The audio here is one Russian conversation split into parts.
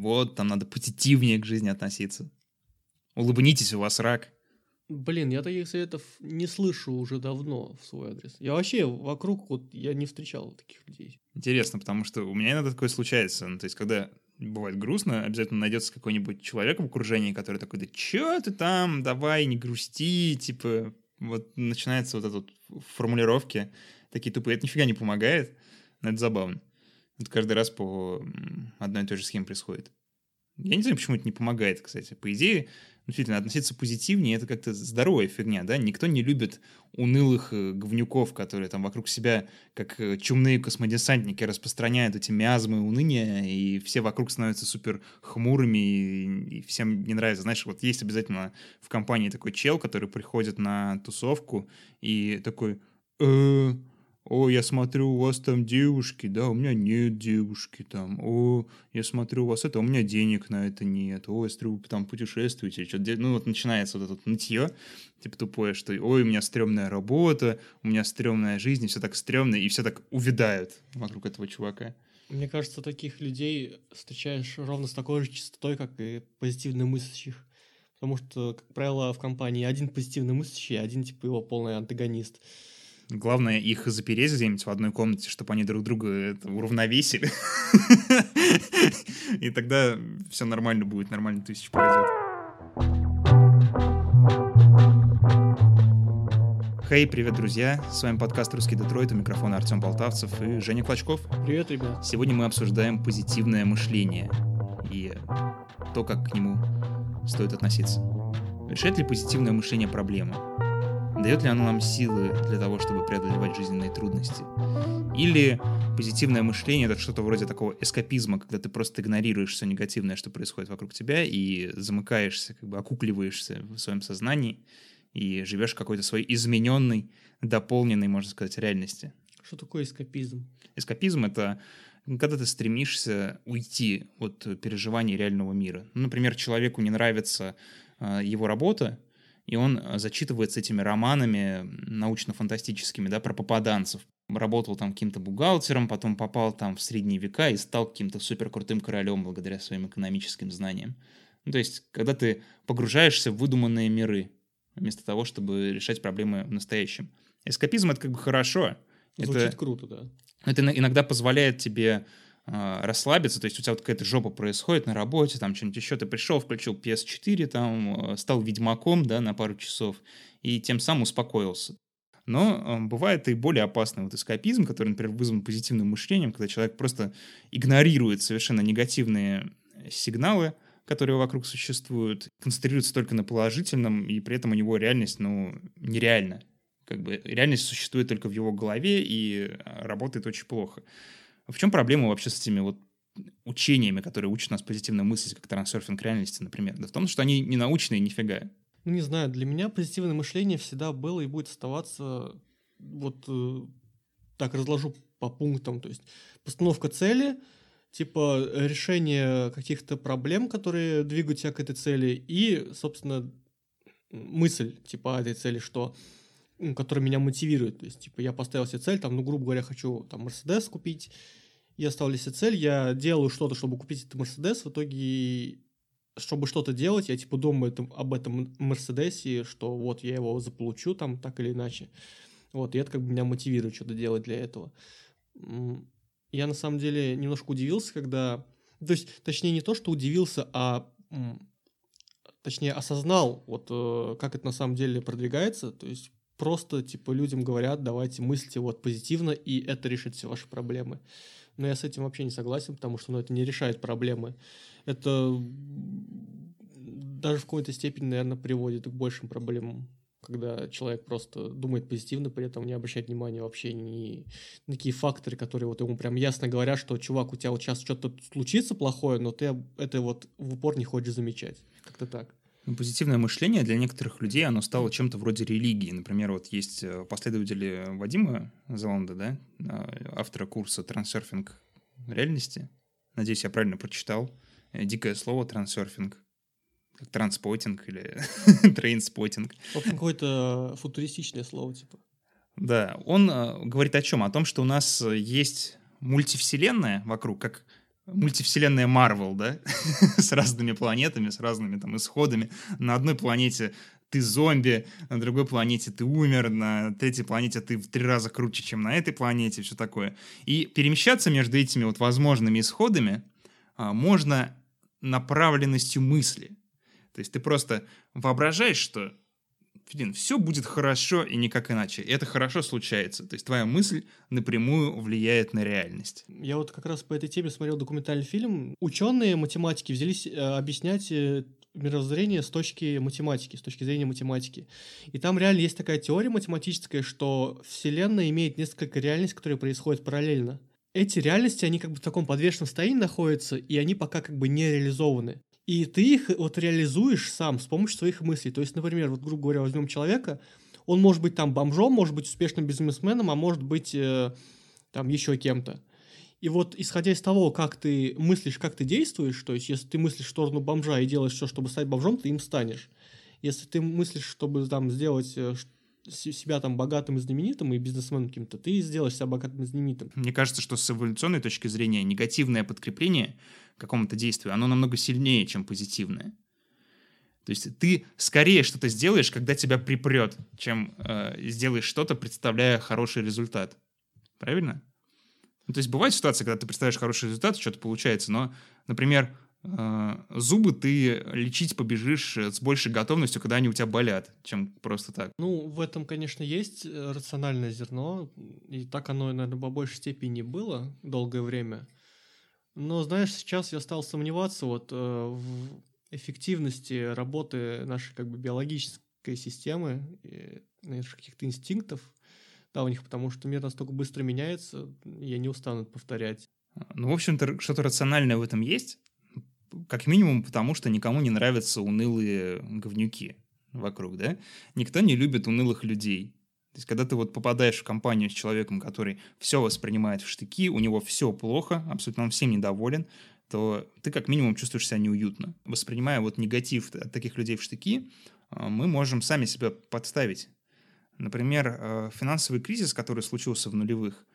вот, там надо позитивнее к жизни относиться. Улыбнитесь, у вас рак. Блин, я таких советов не слышу уже давно в свой адрес. Я вообще вокруг, вот, я не встречал таких людей. Интересно, потому что у меня иногда такое случается. Ну, то есть, когда бывает грустно, обязательно найдется какой-нибудь человек в окружении, который такой, да чё ты там, давай, не грусти, типа, вот начинается вот это вот формулировки такие тупые. Это нифига не помогает, но это забавно. Это каждый раз по одной и той же схеме происходит. Я не знаю, почему это не помогает, кстати. По идее, действительно, относиться позитивнее — это как-то здоровая фигня, да? Никто не любит унылых говнюков, которые там вокруг себя, как чумные космодесантники, распространяют эти миазмы уныния, и все вокруг становятся супер хмурыми, и всем не нравится. Знаешь, вот есть обязательно в компании такой чел, который приходит на тусовку и такой... О, я смотрю, у вас там девушки, да, у меня нет девушки там. О, я смотрю, у вас это, у меня денег на это нет. О, я смотрю, вы там путешествуете, что-то. Ну, вот начинается вот это вот нытье, типа тупое, что ой, у меня стрёмная работа, у меня стрёмная жизнь, и все так стрёмно, и все так увядают вокруг этого чувака. Мне кажется, таких людей встречаешь ровно с такой же частотой, как и позитивно мыслящих. Потому что, как правило, в компании один позитивно мыслящий, один, типа, его полный антагонист. Главное их запереть где-нибудь в одной комнате, чтобы они друг друга это уравновесили. И тогда все нормально будет, нормально тысяч пройдет. Хей, привет, друзья! С вами подкаст «Русский Детройт», у микрофона Артем Полтавцев и Женя Клочков. Привет, ребят! Сегодня мы обсуждаем позитивное мышление и то, как к нему стоит относиться. Решает ли позитивное мышление проблемы? Дает ли оно нам силы для того, чтобы преодолевать жизненные трудности? Или позитивное мышление — это что-то вроде такого эскапизма, когда ты просто игнорируешь все негативное, что происходит вокруг тебя, и замыкаешься, как бы окукливаешься в своем сознании и живешь в какой-то своей измененной, дополненной, можно сказать, реальности. Что такое эскапизм? Эскапизм — это когда ты стремишься уйти от переживаний реального мира. Ну, например, человеку не нравится его работа, и он зачитывается этими романами научно-фантастическими, да, про попаданцев. Работал там каким-то бухгалтером, потом попал там в средние века и стал каким-то суперкрутым королем благодаря своим экономическим знаниям. Ну, то есть, когда ты погружаешься в выдуманные миры, вместо того, чтобы решать проблемы в настоящем. Эскапизм — это как бы хорошо. Звучит круто, да. Это иногда позволяет тебе расслабиться, то есть у тебя вот какая-то жопа происходит на работе, там что-нибудь еще, ты пришел, включил PS4, там, стал ведьмаком, да, на пару часов, и тем самым успокоился. Но бывает и более опасный вот эскапизм, который, например, вызван позитивным мышлением, когда человек просто игнорирует совершенно негативные сигналы, которые вокруг существуют, концентрируется только на положительном, и при этом у него реальность, ну, нереальна. Как бы реальность существует только в его голове и работает очень плохо. В чем проблема вообще с этими вот учениями, которые учат нас позитивно мыслить, как трансерфинг реальности, например? Да в том, что они не научные нифига. Ну, не знаю, для меня позитивное мышление всегда было и будет оставаться, вот так разложу по пунктам, то есть постановка цели, типа решение каких-то проблем, которые двигают тебя к этой цели, и, собственно, мысль, типа, этой цели, что... который меня мотивирует. То есть, типа, я поставил себе цель, там, ну, грубо говоря, хочу там Мерседес купить. Я ставлю себе цель, я делаю что-то, чтобы купить этот Мерседес. В итоге, чтобы что-то делать, я, типа, думаю об этом Мерседесе, что вот я его заполучу там так или иначе. Вот, и это как бы меня мотивирует что-то делать для этого. Я, на самом деле, немножко удивился, когда... То есть, точнее, не то, что удивился, а... Точнее, осознал, вот, как это на самом деле продвигается. То есть, просто, типа, людям говорят, давайте мыслите вот позитивно, и это решит все ваши проблемы. Но я с этим вообще не согласен, потому что, ну, это не решает проблемы. Это даже в какой-то степени, наверное, приводит к большим проблемам, когда человек просто думает позитивно, при этом не обращает внимания вообще ни на такие факторы, которые вот ему прям ясно говорят, что, чувак, у тебя вот сейчас что-то случится плохое, но ты это вот в упор не хочешь замечать. Как-то так. Позитивное мышление для некоторых людей, оно стало чем-то вроде религии. Например, вот есть последователи Вадима Зеланда, да, автора курса «Трансерфинг реальности». Надеюсь, я правильно прочитал. Дикое слово «трансерфинг». Как транспотинг или трейнспотинг. В общем, какое-то футуристичное слово, типа. Да, он говорит о чем? О том, что у нас есть мультивселенная вокруг, как мультивселенная Марвел, да, с разными планетами, с разными там исходами. На одной планете ты зомби, на другой планете ты умер, на третьей планете ты в 3 раза круче, чем на этой планете, все такое. И перемещаться между этими вот возможными исходами можно направленностью мысли. То есть ты просто воображаешь, что все будет хорошо и никак иначе. И это хорошо случается. То есть твоя мысль напрямую влияет на реальность. Я вот как раз по этой теме смотрел документальный фильм. Ученые математики взялись объяснять мировоззрение с точки математики, с точки зрения математики. И там реально есть такая теория математическая, что Вселенная имеет несколько реальностей, которые происходят параллельно. Эти реальности, они как бы в таком подвешенном состоянии находятся, и они пока как бы не реализованы. И ты их вот реализуешь сам с помощью своих мыслей. То есть, например, вот, грубо говоря, возьмем человека, он может быть там бомжом, может быть успешным бизнесменом, а может быть там еще кем-то. И вот исходя из того, как ты мыслишь, как ты действуешь, то есть если ты мыслишь в сторону бомжа и делаешь все, чтобы стать бомжом, ты им станешь. Если ты мыслишь, чтобы там сделать себя там богатым и знаменитым, и бизнесменом каким-то, ты сделаешь себя богатым и знаменитым. Мне кажется, что с эволюционной точки зрения негативное подкрепление какому-то действию, оно намного сильнее, чем позитивное. То есть ты скорее что-то сделаешь, когда тебя припрет, чем сделаешь что-то, представляя хороший результат. Правильно? Ну, то есть бывает ситуация, когда ты представляешь хороший результат, что-то получается, но, например, зубы ты лечить побежишь с большей готовностью, когда они у тебя болят, чем просто так. Ну, в этом, конечно, есть рациональное зерно, и так оно, наверное, по большей степени было долгое время. Но, знаешь, сейчас я стал сомневаться вот в эффективности работы нашей как бы биологической системы, наших каких-то инстинктов давних, потому что мир настолько быстро меняется, я не устану это повторять. Ну, в общем-то, что-то рациональное в этом есть, как минимум потому, что никому не нравятся унылые говнюки вокруг, да? Никто не любит унылых людей. То есть, когда ты вот попадаешь в компанию с человеком, который все воспринимает в штыки, у него все плохо, абсолютно он всем недоволен, то ты как минимум чувствуешь себя неуютно. Воспринимая вот негатив от таких людей в штыки, мы можем сами себя подставить. Например, финансовый кризис, который случился в нулевых,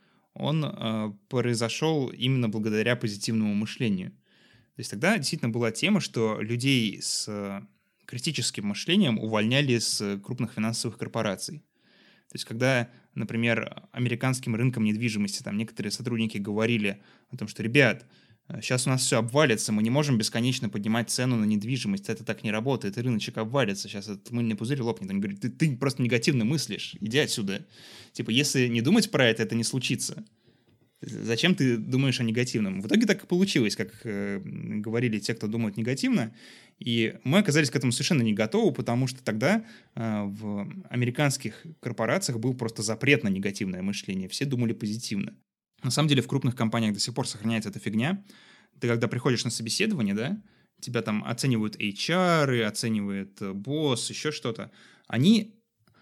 он произошел именно благодаря позитивному мышлению. То есть тогда действительно была тема, что людей с критическим мышлением увольняли с крупных финансовых корпораций. То есть когда, например, американским рынком недвижимости там некоторые сотрудники говорили о том, что, ребят, сейчас у нас все обвалится, мы не можем бесконечно поднимать цену на недвижимость, это так не работает, и рыночек обвалится, сейчас этот мыльный пузырь лопнет. Они говорят, ты просто негативно мыслишь, иди отсюда. Типа, если не думать про это не случится. Зачем ты думаешь о негативном? В итоге так и получилось, как говорили те, кто думают негативно, и мы оказались к этому совершенно не готовы, потому что тогда в американских корпорациях был просто запрет на негативное мышление, все думали позитивно. На самом деле в крупных компаниях до сих пор сохраняется эта фигня. Ты когда приходишь на собеседование, да, тебя там оценивают HR, оценивает босс, еще что-то. Они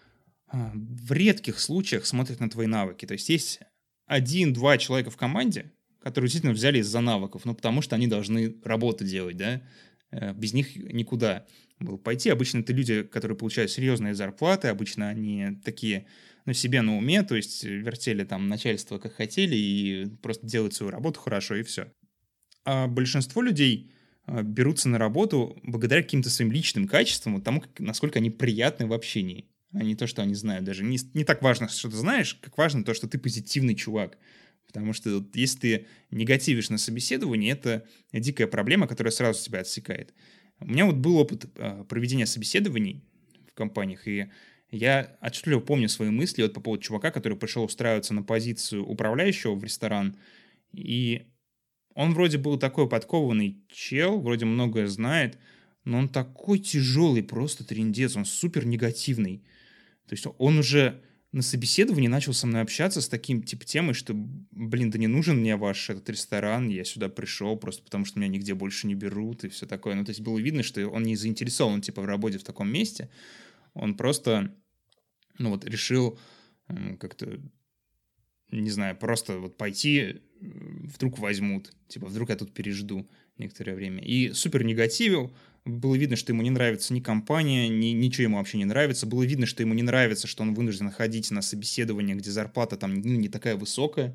в редких случаях смотрят на твои навыки. То есть есть 1-2 человека в команде, которые действительно взяли из-за навыков, ну, потому что они должны работу делать, да, без них никуда было пойти. Обычно это люди, которые получают серьезные зарплаты, обычно они такие, ну, себе на уме, то есть вертели там начальство как хотели и просто делают свою работу хорошо, и все. А большинство людей берутся на работу благодаря каким-то своим личным качествам, вот тому, насколько они приятны в общении, а не то, что они знают. Даже не так важно, что ты знаешь, как важно то, что ты позитивный чувак. Потому что вот, если ты негативишь на собеседовании, это дикая проблема, которая сразу тебя отсекает. У меня вот был опыт проведения собеседований в компаниях, и я отчетливо помню свои мысли вот по поводу чувака, который пришел устраиваться на позицию управляющего в ресторан, и он вроде был такой подкованный чел, вроде многое знает, но он такой тяжелый, просто трындец, он супер негативный. То есть он уже на собеседовании начал со мной общаться с таким типа темой, что, блин, да не нужен мне ваш этот ресторан, я сюда пришел просто потому, что меня нигде больше не берут и все такое. Ну, то есть было видно, что он не заинтересован типа в работе в таком месте, он просто, ну вот, решил как-то, не знаю, просто вот пойти, вдруг возьмут, типа вдруг я тут пережду некоторое время. И супер негативил. Было видно, что ему не нравится ни компания, ничего ему вообще не нравится. Было видно, что ему не нравится, что он вынужден ходить на собеседование, где зарплата там не такая высокая.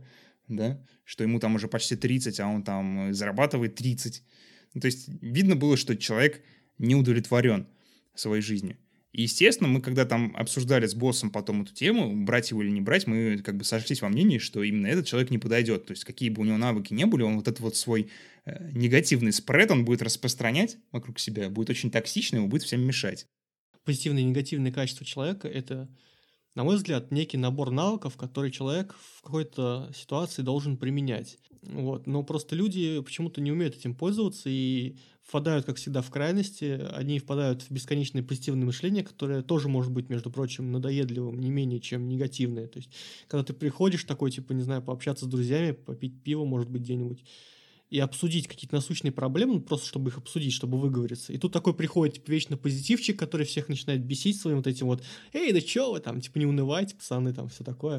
да, что ему там уже почти 30, а он там зарабатывает 30. Ну, то есть видно было, что человек не удовлетворен своей жизнью. И, естественно, мы когда там обсуждали с боссом потом эту тему, брать его или не брать, мы как бы сошлись во мнении, что именно этот человек не подойдет. То есть какие бы у него навыки не были, он вот этот вот свой негативный спред он будет распространять вокруг себя, будет очень токсичный, ему будет всем мешать. Позитивные и негативные качества человека — это, на мой взгляд, некий набор навыков, который человек в какой-то ситуации должен применять. Вот. Но просто люди почему-то не умеют этим пользоваться и впадают, как всегда, в крайности. Одни впадают в бесконечное позитивное мышление, которое тоже может быть, между прочим, надоедливым не менее, чем негативное. То есть, когда ты приходишь такой, типа, не знаю, пообщаться с друзьями, попить пиво, может быть, где-нибудь, и обсудить какие-то насущные проблемы, ну, просто чтобы их обсудить, чтобы выговориться. И тут такой приходит, типа, вечно позитивчик, который всех начинает бесить своим вот этим вот: «Эй, да чё вы там, типа, не унывайте, пацаны», там, все такое.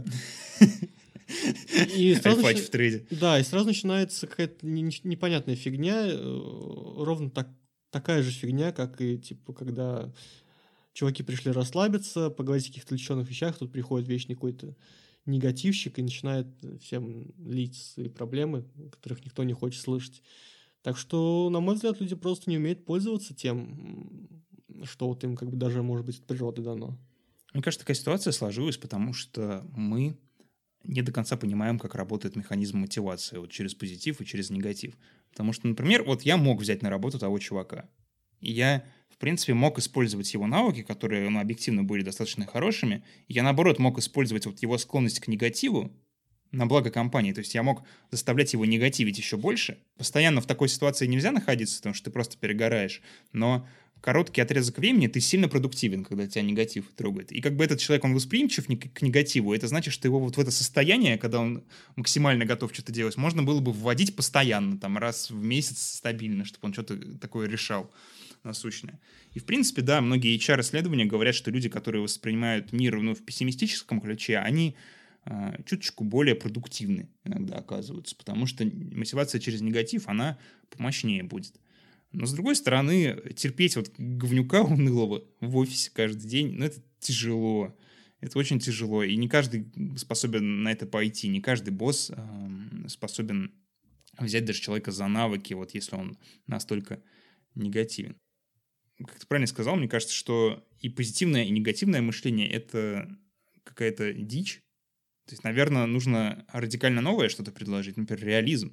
И сразу в трейде. Да, и сразу начинается какая-то непонятная фигня, ровно такая же фигня, как и, типа, когда чуваки пришли расслабиться, поговорить о каких-то отвлеченных вещах, тут приходит вечный какой-то негативщик и начинает всем лить свои проблемы, которых никто не хочет слышать. Так что, на мой взгляд, люди просто не умеют пользоваться тем, что вот им как бы даже, может быть, от природы дано. Мне кажется, такая ситуация сложилась, потому что мы не до конца понимаем, как работает механизм мотивации вот через позитив и через негатив. Потому что, например, вот я мог взять на работу того чувака, и я, в принципе, мог использовать его навыки, которые, ну, объективно были достаточно хорошими, и я, наоборот, мог использовать вот его склонность к негативу на благо компании. То есть я мог заставлять его негативить еще больше. Постоянно в такой ситуации нельзя находиться, потому что ты просто перегораешь, но короткий отрезок времени ты сильно продуктивен, когда тебя негатив трогает. И как бы этот человек, он восприимчив к негативу, это значит, что его вот в это состояние, когда он максимально готов что-то делать, можно было бы вводить постоянно, там, раз в месяц стабильно, чтобы он что-то такое решал насущное. И, в принципе, да, многие HR-исследования говорят, что люди, которые воспринимают мир, ну, в пессимистическом ключе, они чуточку более продуктивны иногда оказываются, потому что мотивация через негатив, она помощнее будет. Но, с другой стороны, терпеть вот говнюка унылого в офисе каждый день, ну, это тяжело. Это очень тяжело. И не каждый способен на это пойти. Не каждый босс способен взять даже человека за навыки, вот если он настолько негативен. Как ты правильно сказал, мне кажется, что и позитивное, и негативное мышление — это какая-то дичь. То есть, наверное, нужно радикально новое что-то предложить, например, реализм.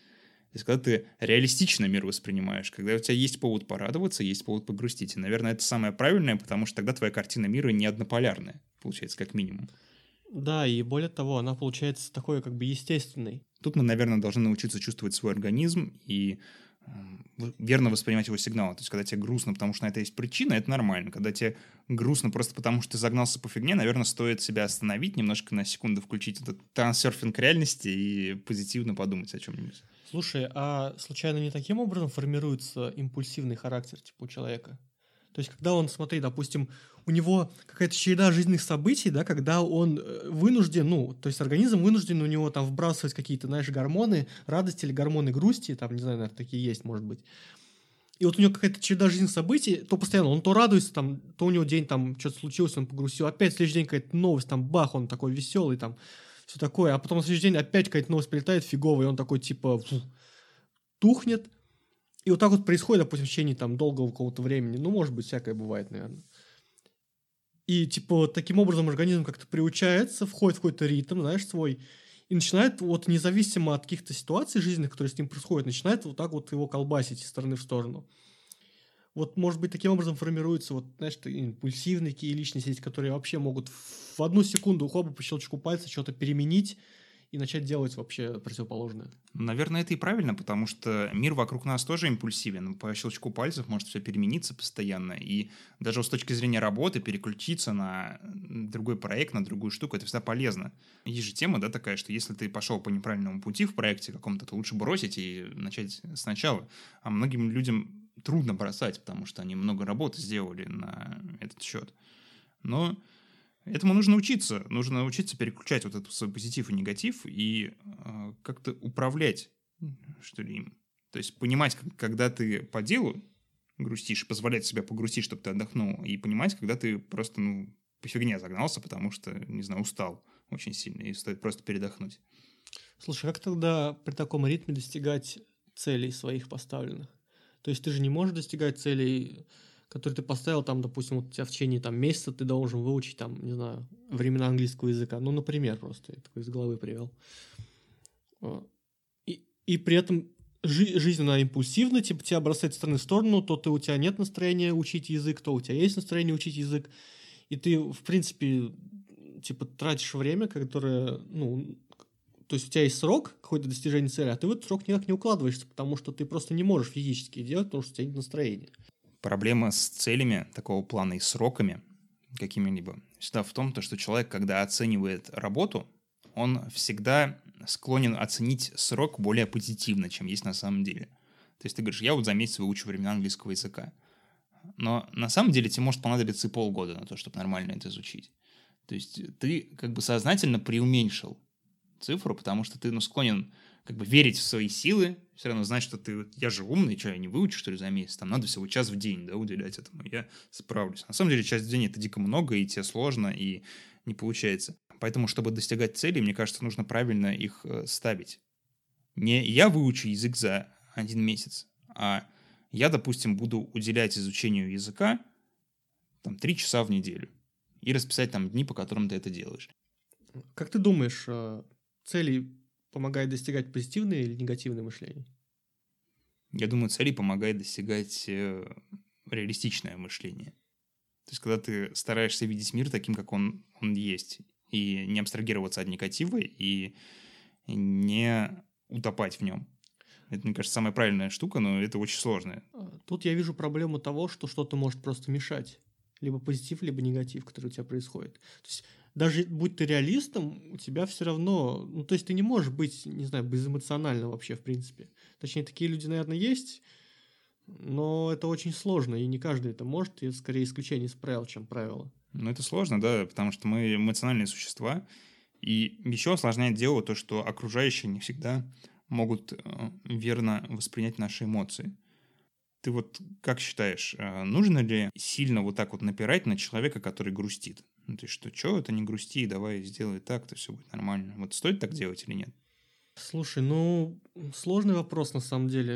То есть, когда ты реалистично мир воспринимаешь, когда у тебя есть повод порадоваться, есть повод погрустить. И, наверное, это самое правильное, потому что тогда твоя картина мира не однополярная, получается, как минимум. Да, и более того, она получается такой как бы естественной. Тут мы, наверное, должны научиться чувствовать свой организм и верно воспринимать его сигналы. То есть, когда тебе грустно, потому что на это есть причина, это нормально. Когда тебе грустно просто потому, что ты загнался по фигне, наверное, стоит себя остановить, немножко на секунду включить этот трансерфинг реальности и позитивно подумать о чем-нибудь. Слушай, а случайно не таким образом формируется импульсивный характер типа у человека? То есть, когда он, смотри, допустим, у него какая-то череда жизненных событий, да, когда он вынужден, ну, то есть организм вынужден у него там вбрасывать какие-то, знаешь, гормоны радости или гормоны грусти, там, не знаю, наверное, такие есть, может быть. И вот у него какая-то череда жизненных событий, то постоянно он то радуется, там, то у него день там что-то случилось, он погрустил, опять в следующий день какая-то новость, там, бах, он такой веселый, там, все такое, а потом на следующий день опять какая-то новость прилетает фиговая, и он такой, типа, тухнет. И вот так вот происходит, допустим, в течение там долгого какого-то времени. Ну, может быть, всякое бывает, наверное. И, типа, вот таким образом организм как-то приучается, входит в какой-то ритм, знаешь, свой, и начинает вот независимо от каких-то ситуаций жизненных, которые с ним происходят, начинает вот так вот его колбасить из стороны в сторону. Вот, может быть, таким образом формируются, вот, знаешь, импульсивные такие личности, которые вообще могут в одну секунду, хоба, по щелчку пальца что-то переменить и начать делать вообще противоположное. Наверное, это и правильно, потому что мир вокруг нас тоже импульсивен. По щелчку пальцев может все перемениться постоянно. И даже с точки зрения работы переключиться на другой проект, на другую штуку, это всегда полезно. Есть же тема, да, такая, что если ты пошел по неправильному пути в проекте каком-то, то лучше бросить и начать сначала. А многим людям трудно бросать, потому что они много работы сделали на этот счет. Но этому нужно учиться. Нужно научиться переключать вот этот свой позитив и негатив и как-то управлять, что ли, им. То есть понимать, когда ты по делу грустишь, позволять себе погрустить, чтобы ты отдохнул, и понимать, когда ты просто, ну, по фигне загнался, потому что, не знаю, устал очень сильно, и стоит просто передохнуть. Слушай, как тогда при таком ритме достигать целей своих поставленных? То есть ты же не можешь достигать целей, которые ты поставил, там, допустим, вот у тебя в течение там, месяца ты должен выучить, там, не знаю, времена английского языка. Ну, например, просто я такой из головы привел. И при этом жизнь, она импульсивна, типа тебя бросает с стороны в сторону, то у тебя нет настроения учить язык, то у тебя есть настроение учить язык. И ты, в принципе, типа тратишь время, которое, ну, то есть у тебя есть срок какой-то достижения цели, а ты в этот срок никак не укладываешься, потому что ты просто не можешь физически делать, потому что у тебя нет настроения. Проблема с целями такого плана и сроками какими-либо всегда в том, что человек, когда оценивает работу, он всегда склонен оценить срок более позитивно, чем есть на самом деле. То есть ты говоришь, я вот за месяц выучу времена английского языка. Но на самом деле тебе может понадобиться и полгода на то, чтобы нормально это изучить. То есть ты как бы сознательно преуменьшил цифру, потому что ты склонен как бы верить в свои силы, все равно знать, что ты, я же умный, что я не выучу, что ли, за месяц, там надо всего час в день, да, уделять этому, я справлюсь. На самом деле, час в день это дико много, и тебе сложно, и не получается. Поэтому, чтобы достигать целей, мне кажется, нужно правильно их ставить. Не я выучу язык за 1 месяц, а я, допустим, буду уделять изучению языка там 3 часа в неделю и расписать там дни, по которым ты это делаешь. Как ты думаешь, цели помогает достигать позитивное или негативное мышление? Я думаю, цели помогает достигать реалистичное мышление. То есть, когда ты стараешься видеть мир таким, как он есть, и не абстрагироваться от негатива, и не утопать в нем. Это, мне кажется, самая правильная штука, но это очень сложно. Тут я вижу проблему того, что что-то может просто мешать. Либо позитив, либо негатив, который у тебя происходит. То есть даже будь ты реалистом, у тебя все равно... Ну, то есть ты не можешь быть, не знаю, безэмоциональным вообще, в принципе. Точнее, такие люди, наверное, есть, но это очень сложно, и не каждый это может, и это скорее исключение из правил, чем правило. Ну, это сложно, да, потому что мы эмоциональные существа, и еще осложняет дело то, что окружающие не всегда могут верно воспринять наши эмоции. Ты вот как считаешь, нужно ли сильно вот так вот напирать на человека, который грустит? Ну, то есть, что это не грусти, давай сделай так, то все будет нормально. Вот стоит так делать или нет? Слушай, ну, сложный вопрос на самом деле.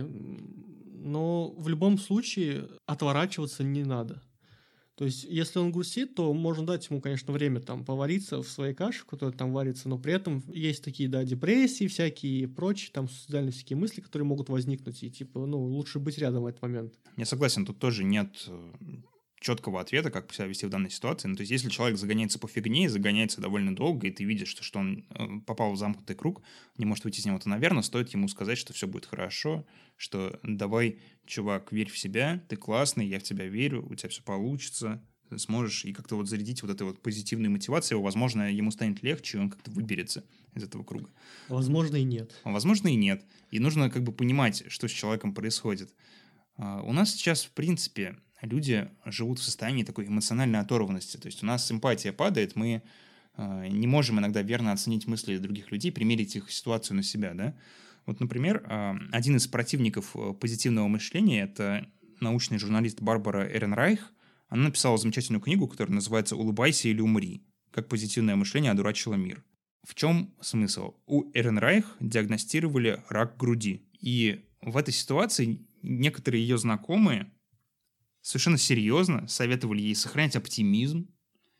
Но в любом случае отворачиваться не надо. То есть, если он грустит, то можно дать ему, конечно, время там повариться в своей каше, в которой там варится, но при этом есть такие, да, депрессии всякие и прочие, там, суицидальные всякие мысли, которые могут возникнуть, и, типа, ну, лучше быть рядом в этот момент. Я согласен, тут тоже нет четкого ответа, как себя вести в данной ситуации. Ну, то есть, если человек загоняется по фигне и загоняется довольно долго, и ты видишь, что он попал в замкнутый круг, не может выйти из него, то, наверное, стоит ему сказать, что все будет хорошо, что давай, чувак, верь в себя, ты классный, я в тебя верю, у тебя все получится, ты сможешь, и как-то вот зарядить вот этой вот позитивной мотивацией, возможно, ему станет легче, и он как-то выберется из этого круга. Возможно, и нет. Возможно, и нет. И нужно как бы понимать, что с человеком происходит. У нас сейчас, в принципе, люди живут в состоянии такой эмоциональной оторванности. То есть у нас эмпатия падает, мы не можем иногда верно оценить мысли других людей, примерить их ситуацию на себя, да? Вот, например, один из противников позитивного мышления — это научный журналист Барбара Эренрайх. Она написала замечательную книгу, которая называется «Улыбайся или умри. Как позитивное мышление одурачило мир». В чем смысл? У Эренрайх диагностировали рак груди. И в этой ситуации некоторые ее знакомые совершенно серьезно советовали ей сохранять оптимизм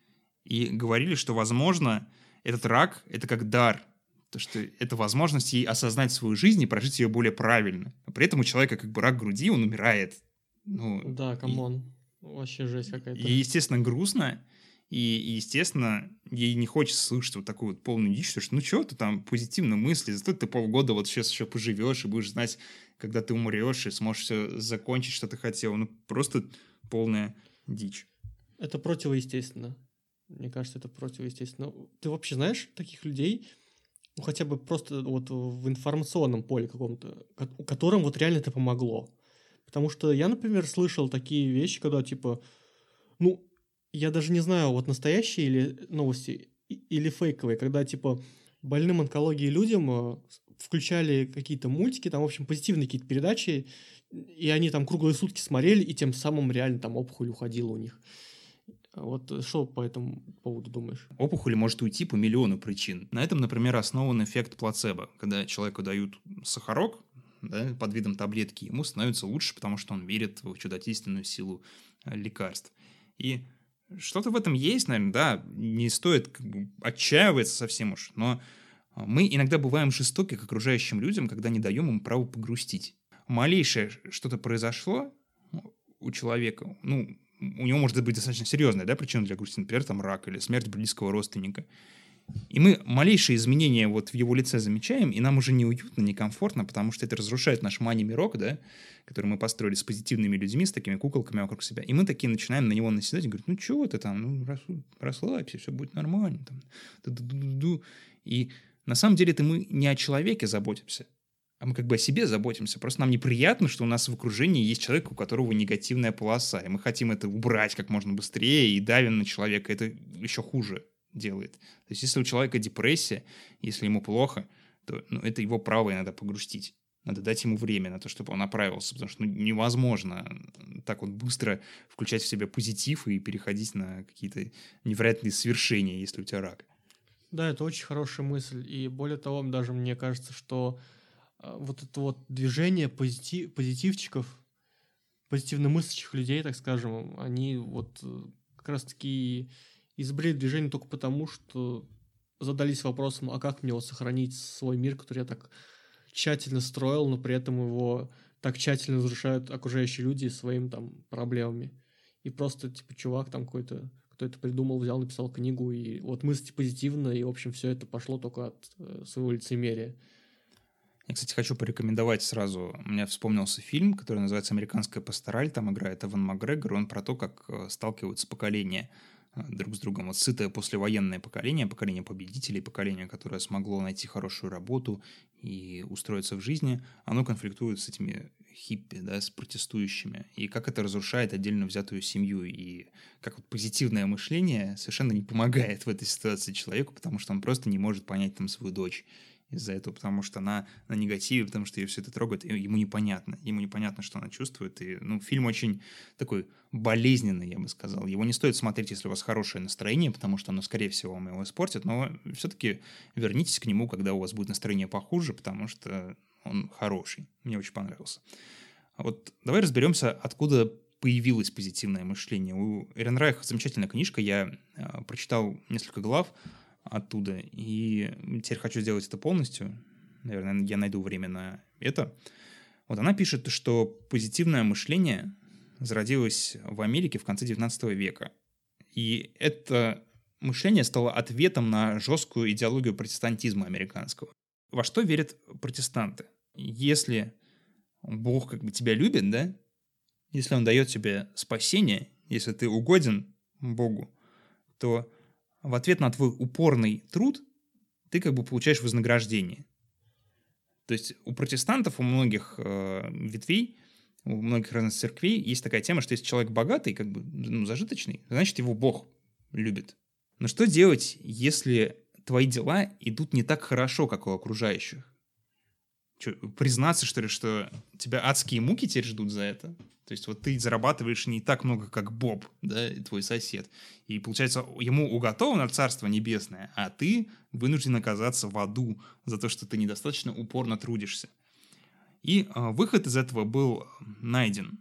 и говорили, что, возможно, этот рак — это как дар, то, что это возможность ей осознать свою жизнь и прожить ее более правильно. А при этом у человека как бы рак груди, он умирает. Ну, да, камон. Вообще жесть какая-то. И, естественно, грустно. И, естественно, ей не хочется слышать вот такую вот полную дичь, что ну что ты там позитивно мысли, зато ты полгода вот сейчас еще поживешь и будешь знать, когда ты умрешь, и сможешь все закончить, что ты хотел. Ну, просто полная дичь. Это противоестественно. Мне кажется, это противоестественно. Ты вообще знаешь таких людей, ну, хотя бы просто вот в информационном поле каком-то, которым вот реально это помогло? Потому что я, например, слышал такие вещи, когда, типа, ну, я даже не знаю, вот настоящие или новости, или фейковые, когда, типа, больным онкологией людям включали какие-то мультики, там, в общем, позитивные какие-то передачи, и они там круглые сутки смотрели, и тем самым реально там опухоль уходила у них. Вот что по этому поводу думаешь? Опухоль может уйти по миллиону причин. На этом, например, основан эффект плацебо. Когда человеку дают сахарок, да, под видом таблетки, ему становится лучше, потому что он верит в чудодейственную силу лекарств. И что-то в этом есть, наверное, да, не стоит как бы отчаиваться совсем уж, но мы иногда бываем жестоки к окружающим людям, когда не даем им право погрустить. Малейшее что-то произошло у человека, ну, у него может быть достаточно серьезная, да, причина для грусти, например, там рак или смерть близкого родственника. И мы малейшие изменения вот в его лице замечаем, и нам уже неуютно, некомфортно, потому что это разрушает наш мани-мирок, да, который мы построили с позитивными людьми, с такими куколками вокруг себя. И мы такие начинаем на него наседать и говорить, ну чего ты там, ну расслабься, все будет нормально. Там. Ду-ду-ду-ду-ду. И на самом деле это мы не о человеке заботимся, а мы как бы о себе заботимся. Просто нам неприятно, что у нас в окружении есть человек, у которого негативная полоса, и мы хотим это убрать как можно быстрее и давим на человека. Это еще хуже делает. То есть если у человека депрессия, если ему плохо, то это его право иногда погрустить. Надо дать ему время на то, чтобы он оправился, потому что невозможно так вот быстро включать в себя позитив и переходить на какие-то невероятные свершения, если у тебя рак. Да, это очень хорошая мысль. И более того, даже мне кажется, что вот это вот движение позитивчиков, позитивно мыслящих людей, так скажем, они вот как раз-таки изобрели движение только потому, что задались вопросом, а как мне вот сохранить свой мир, который я так тщательно строил, но при этом его так тщательно разрушают окружающие люди своими там проблемами. И просто, типа, чувак там какой-то, кто это придумал, взял, написал книгу, и вот мыслить позитивно, и, в общем, все это пошло только от своего лицемерия. Я, кстати, хочу порекомендовать сразу. У меня вспомнился фильм, который называется «Американская пастораль». Там играет Эван Макгрегор. Он про то, как сталкиваются поколения друг с другом. Вот сытое послевоенное поколение, поколение победителей, поколение, которое смогло найти хорошую работу и устроиться в жизни, оно конфликтует с этими хиппи, да, с протестующими. И как это разрушает отдельно взятую семью. И как вот позитивное мышление совершенно не помогает в этой ситуации человеку, потому что он просто не может понять там свою дочь из-за этого, потому что она на негативе, потому что ее все это трогает, и ему непонятно, что она чувствует, и, фильм очень такой болезненный, я бы сказал, его не стоит смотреть, если у вас хорошее настроение, потому что оно, скорее всего, вам его испортит, но все-таки вернитесь к нему, когда у вас будет настроение похуже, потому что он хороший, мне очень понравился. А вот давай разберемся, откуда появилось позитивное мышление. У Эрен Райх замечательная книжка, я прочитал несколько глав оттуда, и теперь хочу сделать это полностью. Наверное, я найду время на это. Вот она пишет, что позитивное мышление зародилось в Америке в конце 19 века. И это мышление стало ответом на жесткую идеологию протестантизма американского. Во что верят протестанты? Если Бог как бы тебя любит, да? Если Он дает тебе спасение, если ты угоден Богу, то в ответ на твой упорный труд ты как бы получаешь вознаграждение. То есть у протестантов, у многих ветвей, у многих разных церквей есть такая тема, что если человек богатый, как бы зажиточный, значит его Бог любит. Но что делать, если твои дела идут не так хорошо, как у окружающих? Признаться, что ли, что тебя адские муки теперь ждут за это? То есть вот ты зарабатываешь не так много, как Боб, да, твой сосед. И получается, ему уготовано Царство Небесное, а ты вынужден оказаться в аду за то, что ты недостаточно упорно трудишься. И выход из этого был найден.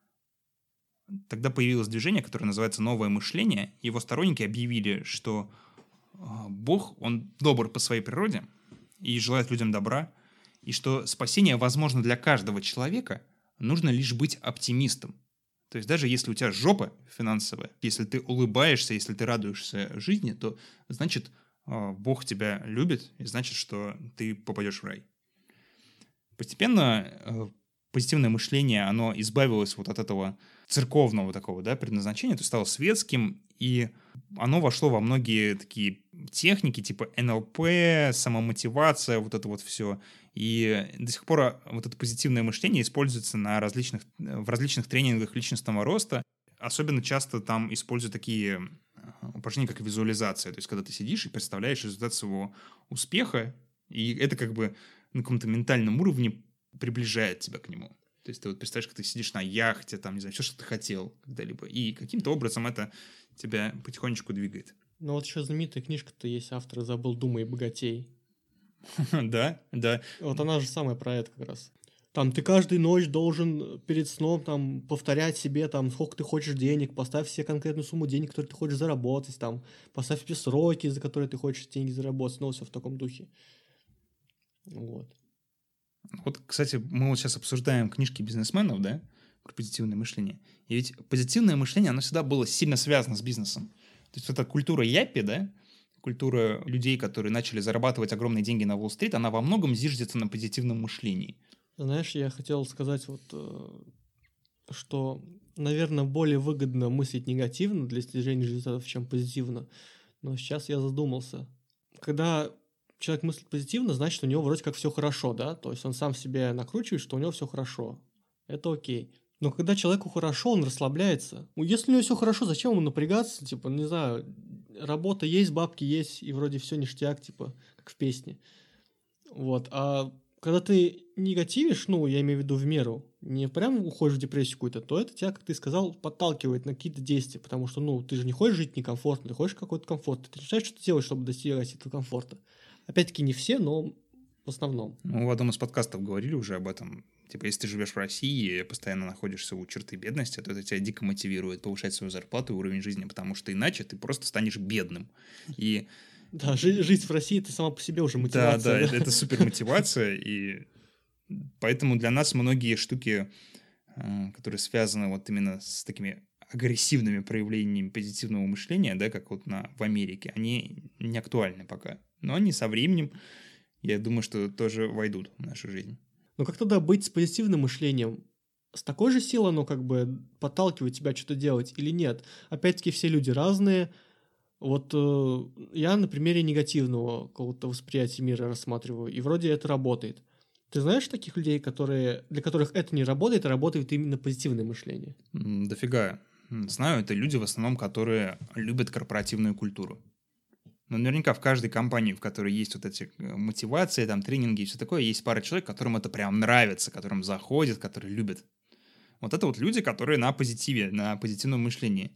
Тогда появилось движение, которое называется «Новое мышление». Его сторонники объявили, что Бог, Он добр по своей природе и желает людям добра, и что спасение возможно для каждого человека, нужно лишь быть оптимистом. То есть даже если у тебя жопа финансовая, если ты улыбаешься, если ты радуешься жизни, то значит Бог тебя любит, и значит, что ты попадешь в рай. Постепенно позитивное мышление, оно избавилось вот от этого церковного такого, да, предназначения, то есть стало светским, и оно вошло во многие такие техники, типа НЛП, самомотивация, вот это вот все. И до сих пор вот это позитивное мышление используется в различных тренингах личностного роста. Особенно часто там используют такие упражнения, как визуализация. То есть когда ты сидишь и представляешь результат своего успеха, и это как бы на каком-то ментальном уровне приближает тебя к нему. То есть ты вот представляешь, как ты сидишь на яхте, там, не знаю, все, что ты хотел когда-либо. И каким-то образом это тебя потихонечку двигает. Ну вот еще знаменитая книжка-то есть, автор забыл, «Думай, богатей». Да, да. Вот она же самая про это как раз. Там ты каждую ночь должен перед сном там повторять себе, там, сколько ты хочешь денег, поставь себе конкретную сумму денег, которую ты хочешь заработать, там, поставь себе сроки, за которые ты хочешь деньги заработать, ну, все в таком духе. Вот. Вот, кстати, мы вот сейчас обсуждаем книжки бизнесменов, да, про позитивное мышление. И ведь позитивное мышление, оно всегда было сильно связано с бизнесом. То есть эта культура яппи, да, культура людей, которые начали зарабатывать огромные деньги на Уолл-стрит, она во многом зиждется на позитивном мышлении. Знаешь, я хотел сказать вот, что, наверное, более выгодно мыслить негативно для достижения результатов, чем позитивно. Но сейчас я задумался. Когда человек мыслит позитивно, значит, у него вроде как все хорошо, да? То есть он сам себе накручивает, что у него все хорошо. Это окей. Но когда человеку хорошо, он расслабляется. Ну, если у него все хорошо, зачем ему напрягаться? Типа, не знаю, работа есть, бабки есть, и вроде все ништяк, типа, как в песне. Вот. А когда ты негативишь, ну, я имею в виду в меру, не прям уходишь в депрессию какую-то, то это тебя, как ты сказал, подталкивает на какие-то действия, потому что, ну, ты же не хочешь жить некомфортно, ты хочешь какой-то комфорт, ты решаешь, что делать, чтобы достигать этого комфорта. Опять-таки не все, но в основном. Ну, в одном из подкастов говорили уже об этом. Типа, если ты живешь в России и постоянно находишься у черты бедности, то это тебя дико мотивирует повышать свою зарплату и уровень жизни, потому что иначе ты просто станешь бедным. И да, жить в России — это сама по себе уже мотивация. Да, это супер мотивация, и поэтому для нас многие штуки, которые связаны вот именно с такими агрессивными проявлениями позитивного мышления, да, как вот в Америке, они не актуальны пока. Но они со временем, я думаю, что тоже войдут в нашу жизнь. Но как тогда быть с позитивным мышлением? С такой же силой оно как бы подталкивает тебя что-то делать или нет? Опять-таки все люди разные. Вот я на примере негативного какого-то восприятия мира рассматриваю, и вроде это работает. Ты знаешь таких людей, для которых это не работает, а работает именно позитивное мышление? Дофига. Знаю, это люди в основном, которые любят корпоративную культуру. Но наверняка в каждой компании, в которой есть вот эти мотивации, там, тренинги и все такое, есть пара человек, которым это прям нравится, которым заходит, которые любят. Вот это вот люди, которые на позитиве, на позитивном мышлении.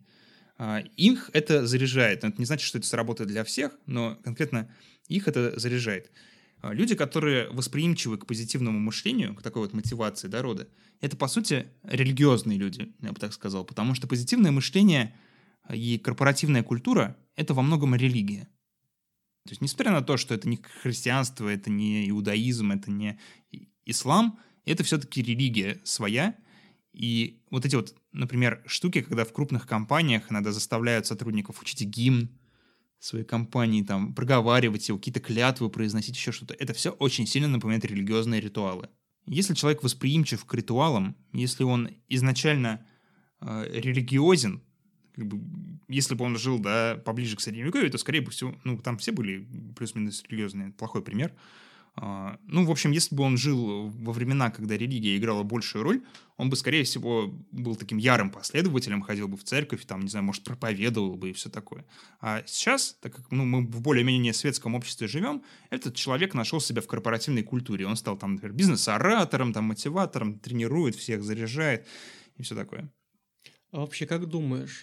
Их это заряжает. Это не значит, что это сработает для всех, но конкретно их это заряжает. Люди, которые восприимчивы к позитивному мышлению, к такой вот мотивации, да, рода, это, по сути, религиозные люди, я бы так сказал, потому что позитивное мышление и корпоративная культура — это во многом религия. То есть, несмотря на то, что это не христианство, это не иудаизм, это не ислам, это все-таки религия своя. И вот эти вот, например, штуки, когда в крупных компаниях иногда заставляют сотрудников учить гимн своей компании, там, проговаривать его, какие-то клятвы произносить, еще что-то, это все очень сильно напоминает религиозные ритуалы. Если человек восприимчив к ритуалам, если он изначально религиозен, как бы, если бы он жил, да, поближе к Средневековью, то, скорее всего, ну, там все были плюс-минус религиозные, плохой пример. Ну, в общем, если бы он жил во времена, когда религия играла большую роль, он бы, скорее всего, был таким ярым последователем, ходил бы в церковь, там, не знаю, может, проповедовал бы и все такое. А сейчас, так как мы в более-менее светском обществе живем, этот человек нашел себя в корпоративной культуре. Он стал, там, например, бизнес-оратором, там, мотиватором, тренирует всех, заряжает и все такое. А вообще, как думаешь,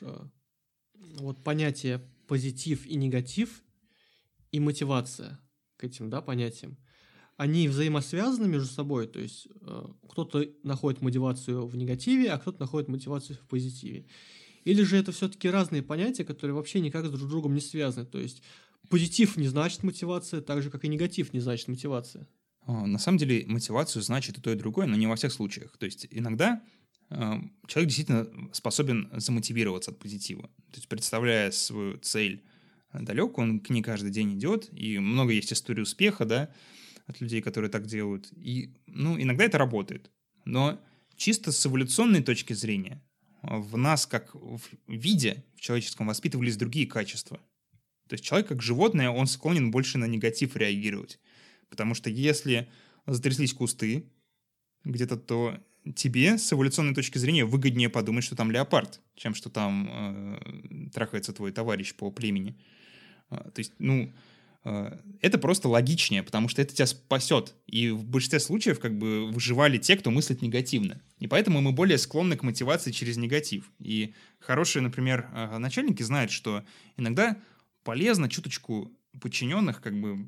вот понятие позитив и негатив и мотивация к этим, да, понятиям, они взаимосвязаны между собой, то есть кто-то находит мотивацию в негативе, а кто-то находит мотивацию в позитиве. Или же это все-таки разные понятия, которые вообще никак друг с другом не связаны. То есть позитив не значит мотивация, так же, как и негатив не значит мотивация. На самом деле мотивацию значит и то, и другое, но не во всех случаях. То есть иногда человек действительно способен замотивироваться от позитива. То есть представляя свою цель далекую, он к ней каждый день идет, и много есть историй успеха, да, от людей, которые так делают. И, ну, иногда это работает. Но чисто с эволюционной точки зрения в нас, как в виде, в человеческом, воспитывались другие качества. То есть человек, как животное, он склонен больше на негатив реагировать. Потому что если затряслись кусты где-то, то тебе с эволюционной точки зрения выгоднее подумать, что там леопард, чем что там трахается твой товарищ по племени. То есть, ну, это просто логичнее, потому что это тебя спасет. И в большинстве случаев как бы выживали те, кто мыслит негативно. И поэтому мы более склонны к мотивации через негатив. И хорошие, например, начальники знают, что иногда полезно чуточку подчиненных как бы,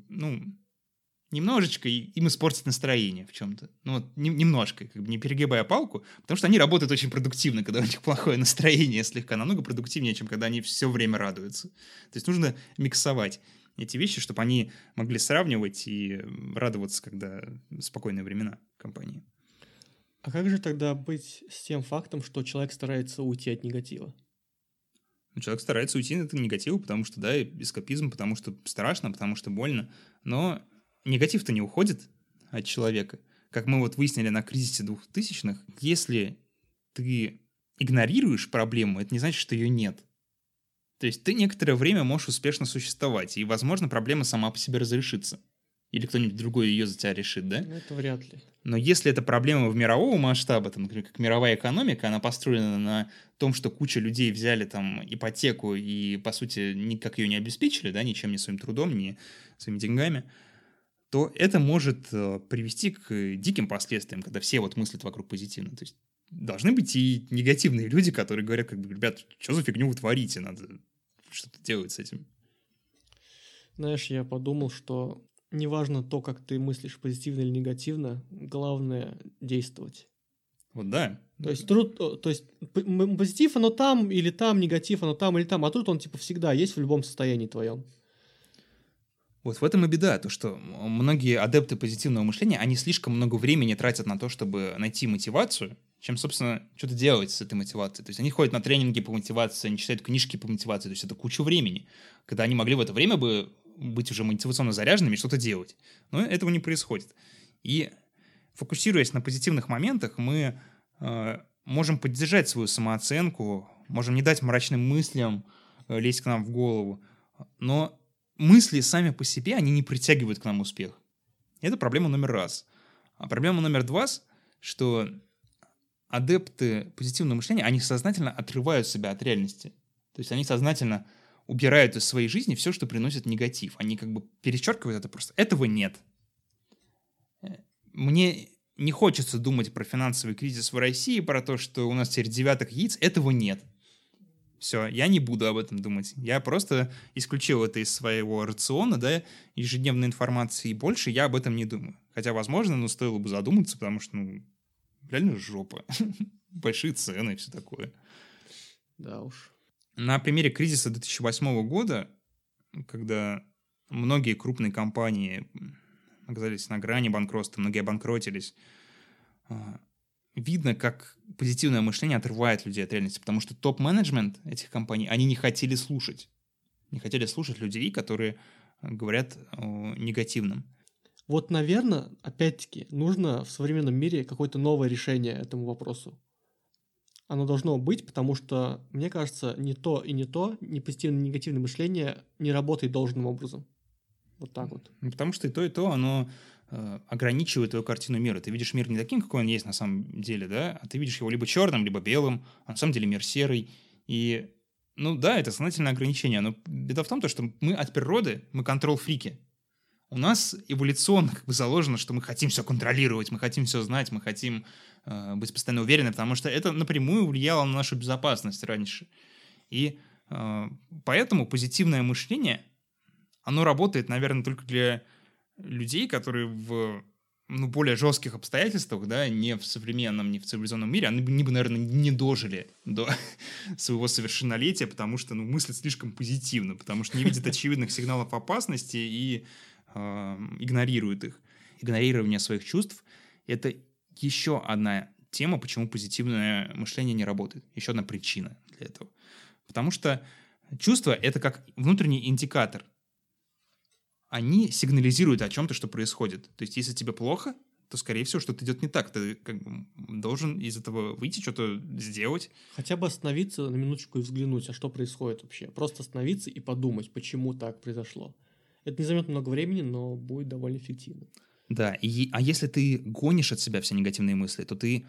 немножечко им испортить настроение в чем-то. Немножко, как бы не перегибая палку, потому что они работают очень продуктивно, когда у них плохое настроение слегка, намного продуктивнее, чем когда они все время радуются. То есть нужно миксовать эти вещи, чтобы они могли сравнивать и радоваться, когда спокойные времена компании. А как же тогда быть с тем фактом, что человек старается уйти от негатива? Человек старается уйти от негатива, потому что, да, эскапизм, потому что страшно, потому что больно, но негатив-то не уходит от человека. Как мы вот выяснили на кризисе 2000-х, если ты игнорируешь проблему, это не значит, что ее нет. То есть ты некоторое время можешь успешно существовать, и, возможно, проблема сама по себе разрешится. Или кто-нибудь другой ее за тебя решит, да? Это вряд ли. Но если это проблема в мирового масштаба, там, например, как мировая экономика, она построена на том, что куча людей взяли там ипотеку и, по сути, никак ее не обеспечили, да, ничем, ни своим трудом, ни своими деньгами, то это может привести к диким последствиям, когда все вот мыслят вокруг позитивно. То есть должны быть и негативные люди, которые говорят, как бы, ребят, что за фигню вы творите, надо что-то делать с этим. Знаешь, я подумал, что неважно то, как ты мыслишь, позитивно или негативно, главное действовать. Вот да. То есть позитив, оно там, или там, негатив, оно там, или там, а тут он типа всегда есть в любом состоянии твоем. Вот в этом и беда, то что многие адепты позитивного мышления, они слишком много времени тратят на то, чтобы найти мотивацию, чем, собственно, что-то делать с этой мотивацией. То есть они ходят на тренинги по мотивации, они читают книжки по мотивации, то есть это куча времени, когда они могли в это время бы быть уже мотивационно заряженными и что-то делать. Но этого не происходит. И фокусируясь на позитивных моментах, мы можем поддержать свою самооценку, можем не дать мрачным мыслям лезть к нам в голову, но мысли сами по себе, они не притягивают к нам успех. Это проблема номер раз. А проблема номер два, что адепты позитивного мышления, они сознательно отрывают себя от реальности. То есть они сознательно убирают из своей жизни все, что приносит негатив. Они как бы перечеркивают это просто. Этого нет. Мне не хочется думать про финансовый кризис в России, про то, что у нас теперь девяток яиц. Этого нет. Все, я не буду об этом думать. Я просто исключил это из своего рациона, да, ежедневной информации, и больше я об этом не думаю. Хотя, возможно, стоило бы задуматься, потому что, реально жопа. Большие цены и все такое. Да уж. На примере кризиса 2008 года, когда многие крупные компании оказались на грани банкротства, многие обанкротились, видно, как позитивное мышление отрывает людей от реальности, потому что топ-менеджмент этих компаний, они не хотели слушать. Не хотели слушать людей, которые говорят о негативном. Вот, наверное, опять-таки, нужно в современном мире какое-то новое решение этому вопросу. Оно должно быть, потому что, мне кажется, ни то, ни позитивное, ни негативное мышление не работает должным образом. Вот так вот. Потому что и то, оно ограничивает твою картину мира. Ты видишь мир не таким, какой он есть на самом деле, да, а ты видишь его либо черным, либо белым, а на самом деле мир серый. И, да, это сознательное ограничение, но беда в том, что мы от природы, мы контрол-фрики. У нас эволюционно как бы заложено, что мы хотим все контролировать, мы хотим все знать, мы хотим быть постоянно уверены, потому что это напрямую влияло на нашу безопасность раньше. И поэтому позитивное мышление, оно работает, наверное, только для людей, которые в более жестких обстоятельствах, да, не в современном, не в цивилизованном мире, они бы, наверное, не дожили до своего совершеннолетия, потому что мыслят слишком позитивно, потому что не видят очевидных сигналов опасности и игнорируют их. Игнорирование своих чувств — это еще одна тема, почему позитивное мышление не работает. Еще одна причина для этого. Потому что чувства — это как внутренний индикатор. Они сигнализируют о чем-то, что происходит. То есть, если тебе плохо, то, скорее всего, что-то идет не так. Ты как бы должен из этого выйти, что-то сделать. Хотя бы остановиться на минуточку и взглянуть, а что происходит вообще. Просто остановиться и подумать, почему так произошло. Это не займет много времени, но будет довольно эффективно. Да, а если ты гонишь от себя все негативные мысли, то ты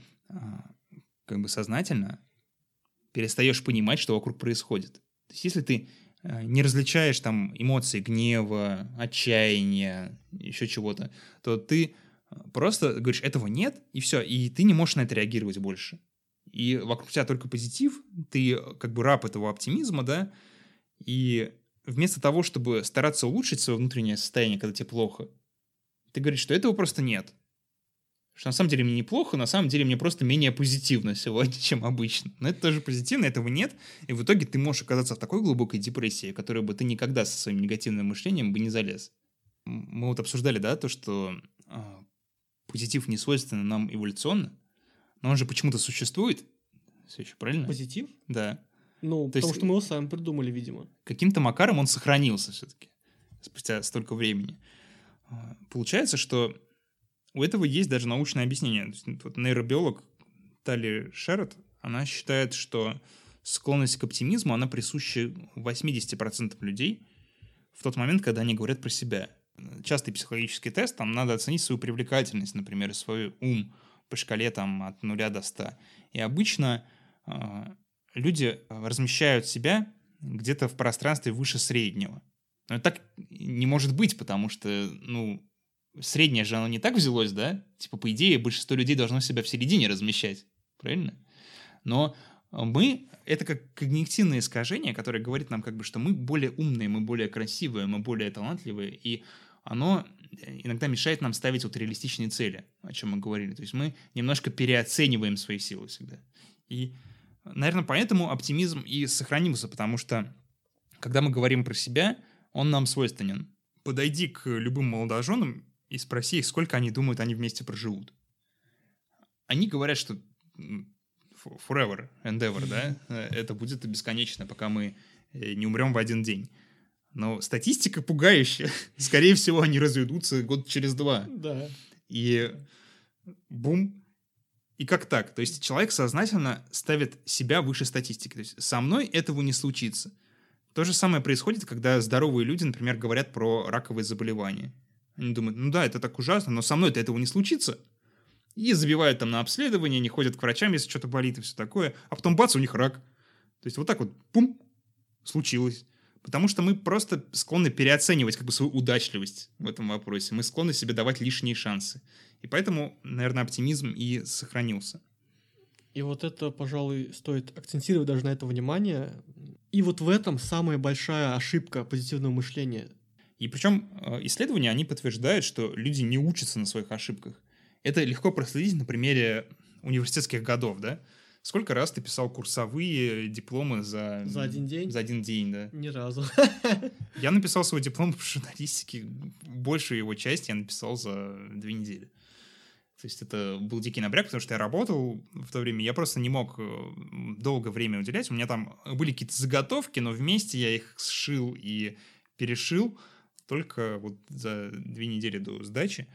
как бы сознательно перестаешь понимать, что вокруг происходит. То есть, если ты не различаешь там эмоции гнева, отчаяния, еще чего-то, то ты просто говоришь, этого нет, и все, и ты не можешь на это реагировать больше. И вокруг тебя только позитив, ты как бы раб этого оптимизма, да, и вместо того, чтобы стараться улучшить свое внутреннее состояние, когда тебе плохо, ты говоришь, что этого просто нет. Что на самом деле мне неплохо, на самом деле мне просто менее позитивно сегодня, чем обычно. Но это тоже позитивно, этого нет. И в итоге ты можешь оказаться в такой глубокой депрессии, в которую бы ты никогда со своим негативным мышлением бы не залез. Мы вот обсуждали, да, то, что позитив не свойственен нам эволюционно, но он же почему-то существует. Все еще правильно? Позитив? Да. Ну, То потому есть что мы его сами придумали, видимо. каким-то макаром он сохранился все-таки спустя столько времени. Получается, что у этого есть даже научное объяснение. То есть, вот нейробиолог Тали Шеррод, она считает, что склонность к оптимизму, она присуща 80% людей в тот момент, когда они говорят про себя. Частый психологический тест, там надо оценить свою привлекательность, например, свой ум по шкале там, от 0 до 100. И обычно люди размещают себя где-то в пространстве выше среднего. Но так не может быть, потому что, ну, среднее же оно не так взялось, да? Типа, по идее, большинство людей должно себя в середине размещать, правильно? Но мы, это как когнитивное искажение, которое говорит нам, как бы, что мы более умные, мы более красивые, мы более талантливые, и оно иногда мешает нам ставить вот реалистичные цели, о чем мы говорили. То есть мы немножко переоцениваем свои силы всегда. И, наверное, поэтому оптимизм и сохранился, потому что, когда мы говорим про себя, он нам свойственен. Подойди к любым молодоженам и спроси их, сколько они думают, они вместе проживут. Они говорят, что forever and ever, да, это будет бесконечно, пока мы не умрем в один день. Но статистика пугающая. Скорее всего, они разведутся год через 2. Да. И бум. И как так? То есть человек сознательно ставит себя выше статистики. То есть со мной этого не случится. То же самое происходит, когда здоровые люди, например, говорят про раковые заболевания. Они думают, ну да, это так ужасно, но со мной-то этого не случится. И забивают там на обследование, не ходят к врачам, если что-то болит и все такое. А потом бац, у них рак. То есть вот так вот, пум, случилось. Потому что мы просто склонны переоценивать как бы свою удачливость в этом вопросе. Мы склонны себе давать лишние шансы. И поэтому, наверное, оптимизм и сохранился. И вот это, пожалуй, стоит акцентировать даже на это внимание. И вот в этом самая большая ошибка позитивного мышления. И причем исследования, они подтверждают, что люди не учатся на своих ошибках. Это легко проследить на примере университетских годов, да? Сколько раз ты писал курсовые дипломы за 1 день? За 1 день, да. Ни разу. Я написал свой диплом по журналистике, большую его часть я написал за 2 недели. То есть это был дикий напряг, потому что я работал в то время, я просто не мог долго время уделять. У меня там были какие-то заготовки, но вместе я их сшил и перешил только вот за 2 недели до сдачи.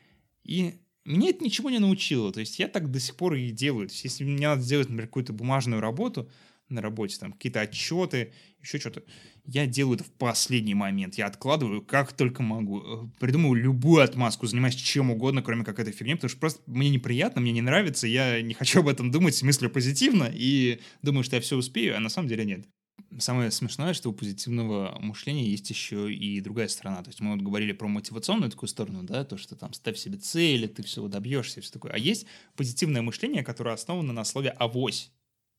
И меня это ничего не научило. То есть я так до сих пор и делаю. То есть если мне надо сделать, например, какую-то бумажную работу на работе, там какие-то отчеты, еще что-то, я делаю это в последний момент. Я откладываю как только могу. Придумываю любую отмазку, занимаюсь чем угодно, кроме как этой фигней, потому что просто мне неприятно, мне не нравится, я не хочу об этом думать, мыслю позитивно и думаю, что я все успею, а на самом деле нет. Самое смешное, что у позитивного мышления есть еще и другая сторона. То есть мы вот говорили про мотивационную такую сторону, да, то, что там ставь себе цели, ты всего добьешься, все такое. А есть позитивное мышление, которое основано на слове «авось».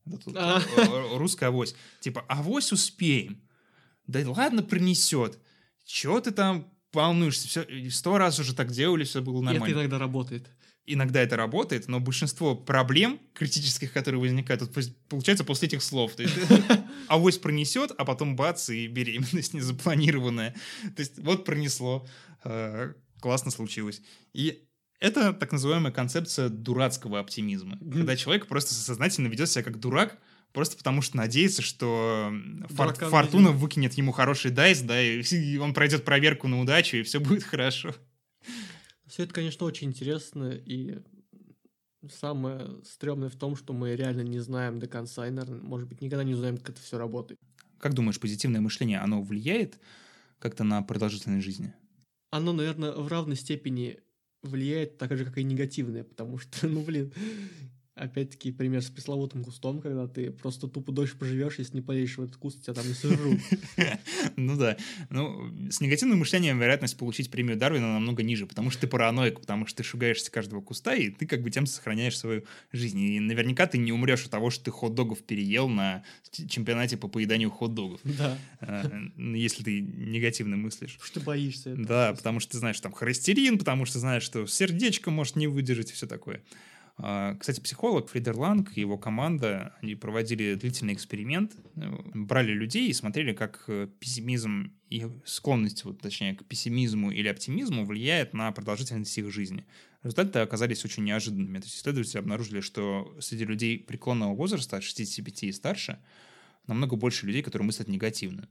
Русская авось. Типа «авось успеем». Да ладно, принесет. Чего ты там волнуешься? Все, 100 раз уже так делали, все было нормально. И это иногда работает. Иногда это работает, но большинство проблем критических, которые возникают, получается после этих слов. То есть авось пронесет, а потом бац, и беременность незапланированная. То есть вот пронесло, классно случилось. И это так называемая концепция дурацкого оптимизма. Когда человек просто сознательно ведет себя как дурак, просто потому что надеется, что фортуна выкинет ему хороший дайс, да, и он пройдет проверку на удачу, и все будет хорошо. Все это, конечно, очень интересно, и самое стрёмное в том, что мы реально не знаем до конца, и, наверное, может быть, никогда не узнаем, как это все работает. Как думаешь, позитивное мышление, оно влияет как-то на продолжительность жизни? Оно, наверное, в равной степени влияет так же, как и негативное, потому что, Опять-таки пример с пресловутым кустом, когда ты просто тупо дольше поживешь, если не полезешь в этот куст, тебя там не сожрут. Ну да. Ну, с негативным мышлением вероятность получить премию Дарвина намного ниже, потому что ты параноик, потому что ты шугаешься каждого куста, и ты как бы тем сохраняешь свою жизнь. И наверняка ты не умрешь от того, что ты хот-догов переел на чемпионате по поеданию хот-догов. Да. Если ты негативно мыслишь. Потому что ты боишься этого. Да, потому что ты знаешь, что там холестерин, потому что знаешь, что сердечко может не выдержать и все такое. Кстати, психолог Фридер Ланг и его команда, они проводили длительный эксперимент, брали людей и смотрели, как пессимизм и склонность, вот, точнее, к пессимизму или оптимизму влияет на продолжительность их жизни. Результаты оказались очень неожиданными. То есть исследователи обнаружили, что среди людей преклонного возраста от 65 и старше намного больше людей, которые мыслят негативно.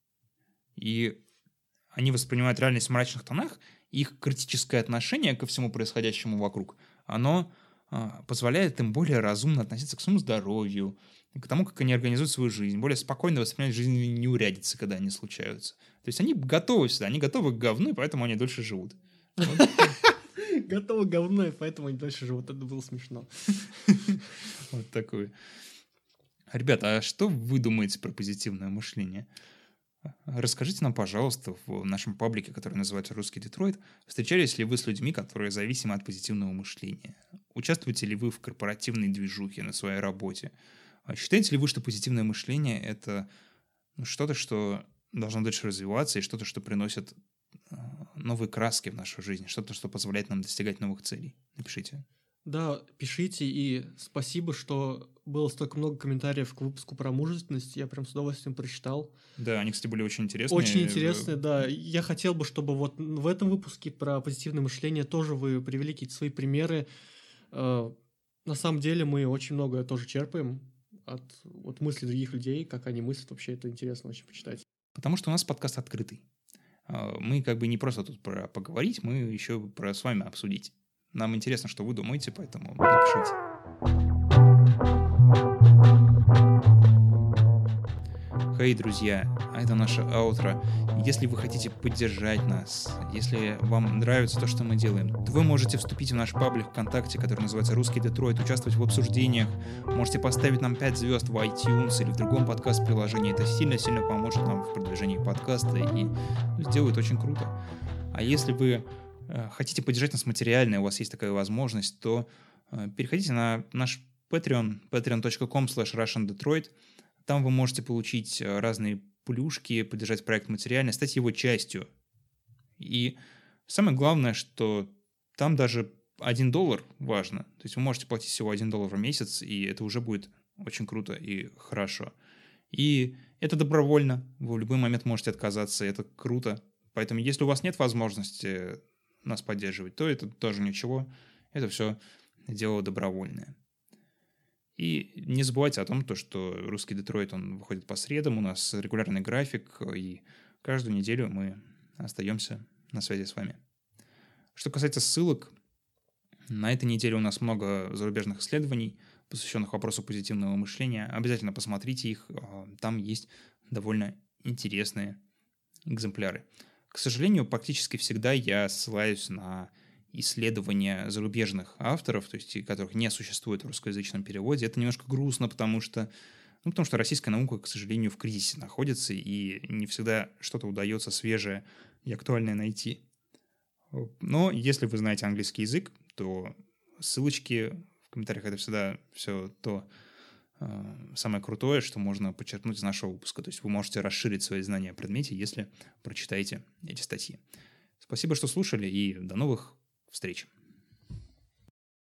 И они воспринимают реальность в мрачных тонах, и их критическое отношение ко всему происходящему вокруг, оно позволяет им более разумно относиться к своему здоровью, к тому, как они организуют свою жизнь, более спокойно воспринимать жизненные неурядицы, когда они случаются. То есть они готовы всегда, они готовы к говну, и поэтому они дольше живут. Готово говно, и поэтому они дольше живут. Это было смешно. Вот такое. Ребята, а что вы думаете про позитивное мышление? Расскажите нам, пожалуйста, в нашем паблике, который называется «Русский Детройт», встречались ли вы с людьми, которые зависимы от позитивного мышления? Участвуете ли вы в корпоративной движухе на своей работе? Считаете ли вы, что позитивное мышление — это что-то, что должно дальше развиваться, и что-то, что приносит новые краски в нашу жизнь, что-то, что позволяет нам достигать новых целей? Напишите. Да, пишите, и спасибо, что было столько много комментариев к выпуску про мужественность. Я прям с удовольствием прочитал. Да, они, кстати, были очень интересные. Очень интересные, да. Я хотел бы, чтобы вот в этом выпуске про позитивное мышление тоже вы привели какие-то свои примеры. На самом деле мы очень многое тоже черпаем от мыслей других людей, как они мыслят. Вообще это интересно очень почитать. Потому что у нас подкаст открытый. Мы как бы не просто тут про поговорить, мы еще про с вами обсудить. Нам интересно, что вы думаете, поэтому напишите. Хей, друзья, это наше аутро. Если вы хотите поддержать нас, если вам нравится то, что мы делаем, то вы можете вступить в наш паблик ВКонтакте, который называется «Русский Детройт», участвовать в обсуждениях, можете поставить нам 5 звезд в iTunes или в другом подкаст-приложении. Это сильно-сильно поможет нам в продвижении подкаста и сделает очень круто. А если вы хотите поддержать нас материально, и у вас есть такая возможность, то переходите на наш Patreon, patreon.com/RussianDetroit. Там вы можете получить разные плюшки, поддержать проект материально, стать его частью. И самое главное, что там даже $1 важно. То есть вы можете платить всего $1 в месяц, и это уже будет очень круто и хорошо. И это добровольно. Вы в любой момент можете отказаться, и это круто. Поэтому если у вас нет возможности нас поддерживать, то это тоже ничего. Это все дело добровольное. И не забывайте о том, что «Русский Детройт», он выходит по средам, у нас регулярный график, и каждую неделю мы остаемся на связи с вами. Что касается ссылок, на этой неделе у нас много зарубежных исследований, посвященных вопросу позитивного мышления. Обязательно посмотрите их, там есть довольно интересные экземпляры. К сожалению, практически всегда я ссылаюсь на исследования зарубежных авторов, то есть которых не существует в русскоязычном переводе. Это немножко грустно, потому что российская наука, к сожалению, в кризисе находится, и не всегда что-то удается свежее и актуальное найти. Но если вы знаете английский язык, то ссылочки в комментариях — это всегда все то самое крутое, что можно подчеркнуть из нашего выпуска. То есть вы можете расширить свои знания о предмете, если прочитаете эти статьи. Спасибо, что слушали, и до новых встреч.